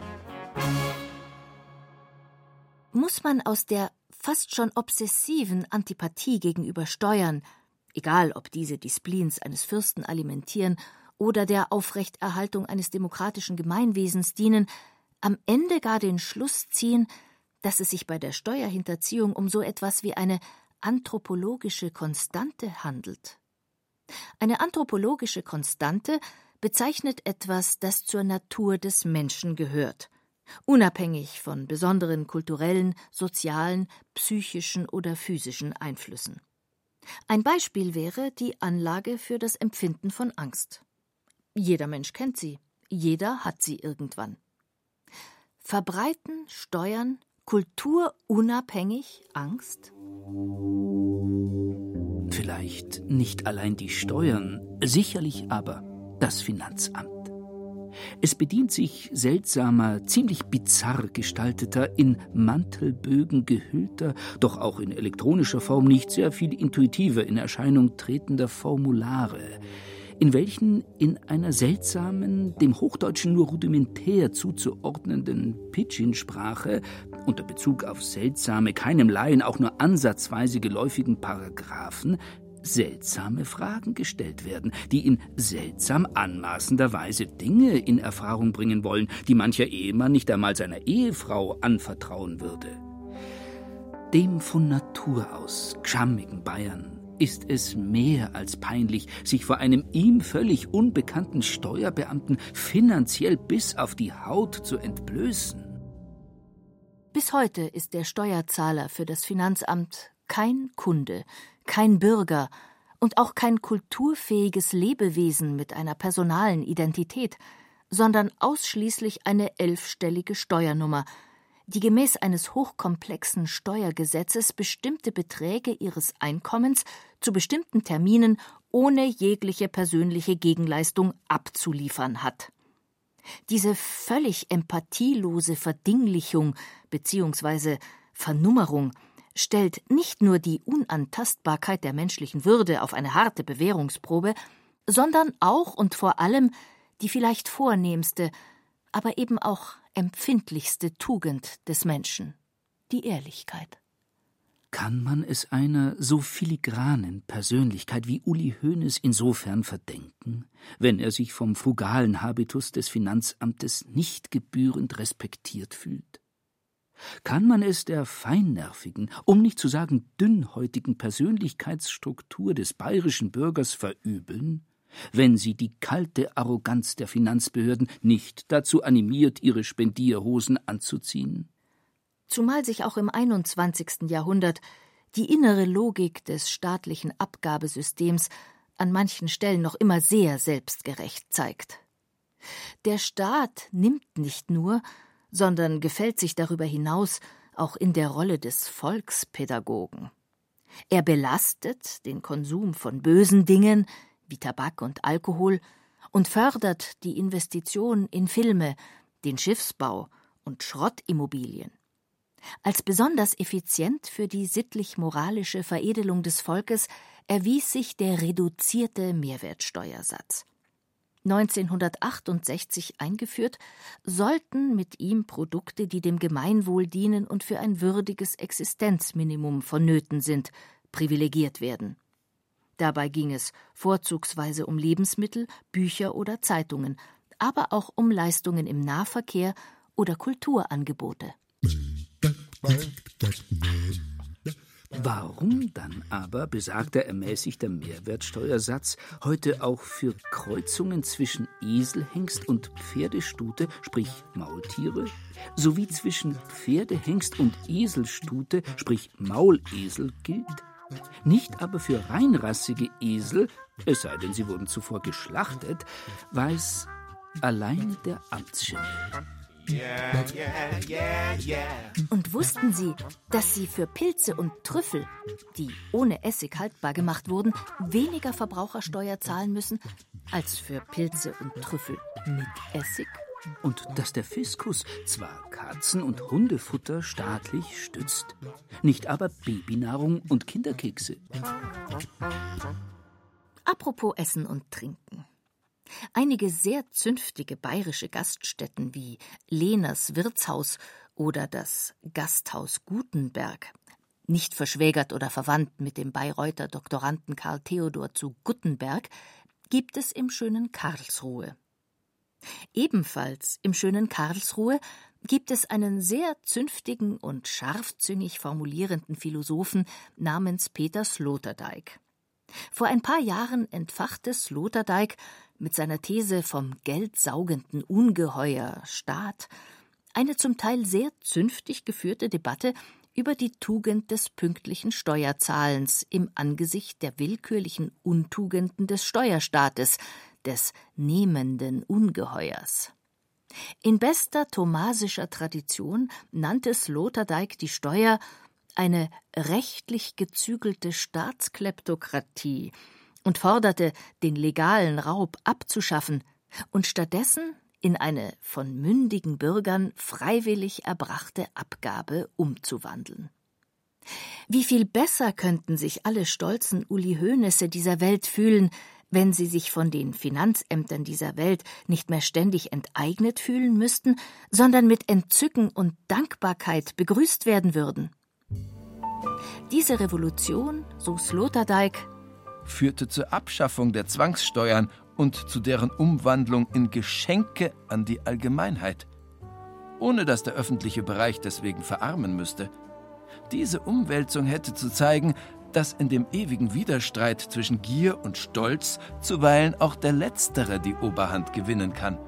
Muss man aus der fast schon obsessiven Antipathie gegenüber Steuern, egal ob diese die Spleens eines Fürsten alimentieren oder der Aufrechterhaltung eines demokratischen Gemeinwesens dienen, am Ende gar den Schluss ziehen, dass es sich bei der Steuerhinterziehung um so etwas wie eine anthropologische Konstante handelt. Eine anthropologische Konstante bezeichnet etwas, das zur Natur des Menschen gehört, unabhängig von besonderen kulturellen, sozialen, psychischen oder physischen Einflüssen. Ein Beispiel wäre die Anlage für das Empfinden von Angst. Jeder Mensch kennt sie, jeder hat sie irgendwann. Verbreiten Steuern kulturunabhängig Angst? Vielleicht nicht allein die Steuern, sicherlich aber das Finanzamt. Es bedient sich seltsamer, ziemlich bizarr gestalteter, in Mantelbögen gehüllter, doch auch in elektronischer Form nicht sehr viel intuitiver in Erscheinung tretender Formulare, in welchen in einer seltsamen, dem Hochdeutschen nur rudimentär zuzuordnenden Pidgin-Sprache, unter Bezug auf seltsame, keinem Laien auch nur ansatzweise geläufigen Paragraphen, seltsame Fragen gestellt werden, die in seltsam anmaßender Weise Dinge in Erfahrung bringen wollen, die mancher Ehemann nicht einmal seiner Ehefrau anvertrauen würde. Dem von Natur aus gschammigen Bayern ist es mehr als peinlich, sich vor einem ihm völlig unbekannten Steuerbeamten finanziell bis auf die Haut zu entblößen. Bis heute ist der Steuerzahler für das Finanzamt kein Kunde, kein Bürger und auch kein kulturfähiges Lebewesen mit einer personalen Identität, sondern ausschließlich eine elfstellige Steuernummer, die gemäß eines hochkomplexen Steuergesetzes bestimmte Beträge ihres Einkommens zu bestimmten Terminen ohne jegliche persönliche Gegenleistung abzuliefern hat. Diese völlig empathielose Verdinglichung bzw. Vernummerung stellt nicht nur die Unantastbarkeit der menschlichen Würde auf eine harte Bewährungsprobe, sondern auch und vor allem die vielleicht vornehmste, aber eben auch empfindlichste Tugend des Menschen, die Ehrlichkeit. Kann man es einer so filigranen Persönlichkeit wie Uli Hoeneß insofern verdenken, wenn er sich vom frugalen Habitus des Finanzamtes nicht gebührend respektiert fühlt? Kann man es der feinnervigen, um nicht zu sagen dünnhäutigen Persönlichkeitsstruktur des bayerischen Bürgers verübeln, wenn sie die kalte Arroganz der Finanzbehörden nicht dazu animiert, ihre Spendierhosen anzuziehen? Zumal sich auch im einundzwanzigsten Jahrhundert die innere Logik des staatlichen Abgabesystems an manchen Stellen noch immer sehr selbstgerecht zeigt. Der Staat nimmt nicht nur, sondern gefällt sich darüber hinaus auch in der Rolle des Volkspädagogen. Er belastet den Konsum von bösen Dingen wie Tabak und Alkohol und fördert die Investition in Filme, den Schiffsbau und Schrottimmobilien. Als besonders effizient für die sittlich-moralische Veredelung des Volkes erwies sich der reduzierte Mehrwertsteuersatz. neunzehnhundertachtundsechzig eingeführt, sollten mit ihm Produkte, die dem Gemeinwohl dienen und für ein würdiges Existenzminimum vonnöten sind, privilegiert werden. Dabei ging es vorzugsweise um Lebensmittel, Bücher oder Zeitungen, aber auch um Leistungen im Nahverkehr oder Kulturangebote. Warum dann aber besagter ermäßigter Mehrwertsteuersatz heute auch für Kreuzungen zwischen Eselhengst und Pferdestute, sprich Maultiere, sowie zwischen Pferdehengst und Eselstute, sprich Maulesel, gilt? Nicht aber für reinrassige Esel, es sei denn, sie wurden zuvor geschlachtet, weiß allein der Amtsschimmel. Yeah, yeah, yeah, yeah. Und wussten Sie, dass Sie für Pilze und Trüffel, die ohne Essig haltbar gemacht wurden, weniger Verbrauchersteuer zahlen müssen, als für Pilze und Trüffel mit Essig? Und dass der Fiskus zwar Katzen- und Hundefutter staatlich stützt, nicht aber Babynahrung und Kinderkekse. Apropos Essen und Trinken. Einige sehr zünftige bayerische Gaststätten wie Lehners Wirtshaus oder das Gasthaus Gutenberg, nicht verschwägert oder verwandt mit dem Bayreuther Doktoranden Karl Theodor zu Guttenberg, gibt es im schönen Karlsruhe. Ebenfalls im schönen Karlsruhe gibt es einen sehr zünftigen und scharfzüngig formulierenden Philosophen namens Peter Sloterdijk. Vor ein paar Jahren entfachte Sloterdijk mit seiner These vom geldsaugenden Ungeheuer Staat eine zum Teil sehr zünftig geführte Debatte über die Tugend des pünktlichen Steuerzahlens im Angesicht der willkürlichen Untugenden des Steuerstaates, des nehmenden Ungeheuers. In bester thomasischer Tradition nannte Sloterdijk die Steuer eine rechtlich gezügelte Staatskleptokratie und forderte, den legalen Raub abzuschaffen und stattdessen in eine von mündigen Bürgern freiwillig erbrachte Abgabe umzuwandeln. Wie viel besser könnten sich alle stolzen Uli Hoeneße dieser Welt fühlen, wenn sie sich von den Finanzämtern dieser Welt nicht mehr ständig enteignet fühlen müssten, sondern mit Entzücken und Dankbarkeit begrüßt werden würden. Diese Revolution, so Sloterdijk, führte zur Abschaffung der Zwangssteuern und zu deren Umwandlung in Geschenke an die Allgemeinheit, ohne dass der öffentliche Bereich deswegen verarmen müsste. Diese Umwälzung hätte zu zeigen, dass in dem ewigen Widerstreit zwischen Gier und Stolz zuweilen auch der Letztere die Oberhand gewinnen kann.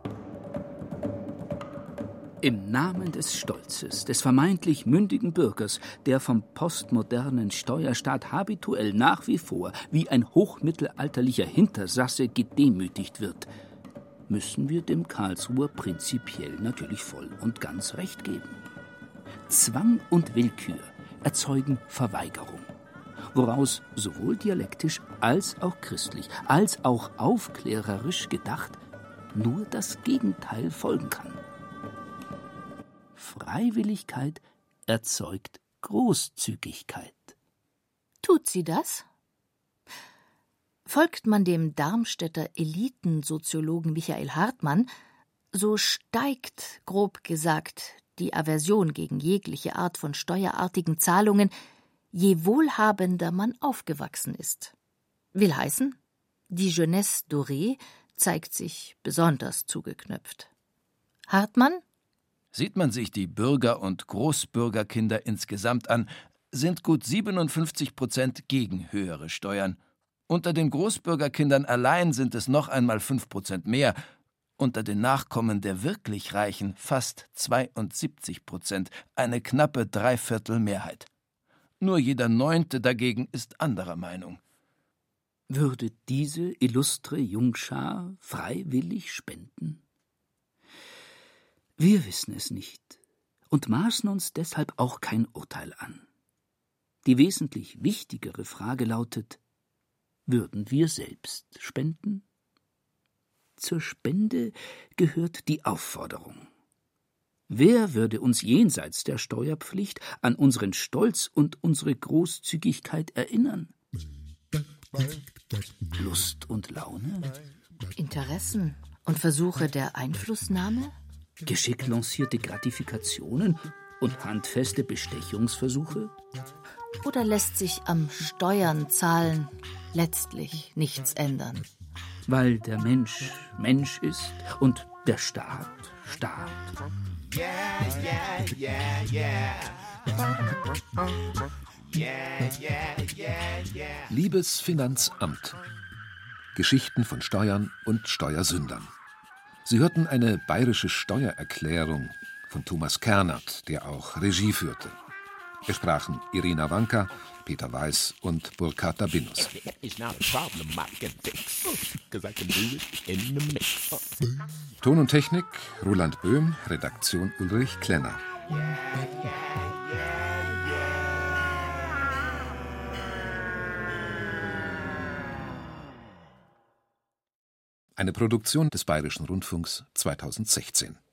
Im Namen des Stolzes, des vermeintlich mündigen Bürgers, der vom postmodernen Steuerstaat habituell nach wie vor wie ein hochmittelalterlicher Hintersasse gedemütigt wird, müssen wir dem Karlsruher prinzipiell natürlich voll und ganz recht geben. Zwang und Willkür erzeugen Verweigerung, woraus sowohl dialektisch als auch christlich, als auch aufklärerisch gedacht nur das Gegenteil folgen kann. Freiwilligkeit erzeugt Großzügigkeit. Tut sie das? Folgt man dem Darmstädter Elitensoziologen Michael Hartmann, so steigt, grob gesagt, die Aversion gegen jegliche Art von steuerartigen Zahlungen, je wohlhabender man aufgewachsen ist. Will heißen, die Jeunesse dorée zeigt sich besonders zugeknöpft. Hartmann? Sieht man sich die Bürger- und Großbürgerkinder insgesamt an, sind gut siebenundfünfzig Prozent gegen höhere Steuern. Unter den Großbürgerkindern allein sind es noch einmal fünf Prozent mehr, unter den Nachkommen der wirklich Reichen fast zweiundsiebzig Prozent, eine knappe Dreiviertelmehrheit. Nur jeder Neunte dagegen ist anderer Meinung. Würde diese illustre Jungschar freiwillig spenden? Wir wissen es nicht und maßen uns deshalb auch kein Urteil an. Die wesentlich wichtigere Frage lautet: Würden wir selbst spenden? Zur Spende gehört die Aufforderung. Wer würde uns jenseits der Steuerpflicht an unseren Stolz und unsere Großzügigkeit erinnern? Lust und Laune? Interessen und Versuche der Einflussnahme? Geschickt lancierte Gratifikationen und handfeste Bestechungsversuche? Oder lässt sich am Steuern zahlen letztlich nichts ändern? Weil der Mensch Mensch ist und der Staat Staat. Yeah, yeah, yeah, yeah. Yeah, yeah, yeah, yeah. Liebes Finanzamt. Geschichten von Steuern und Steuersündern. Sie hörten eine bayerische Steuererklärung von Thomas Kernert, der auch Regie führte. Es sprachen Irina Wanka, Peter Weiß und Burkhard Dabinus. Ton und Technik Roland Böhm, Redaktion Ulrich Klenner. Eine Produktion des Bayerischen Rundfunks zweitausendsechzehn.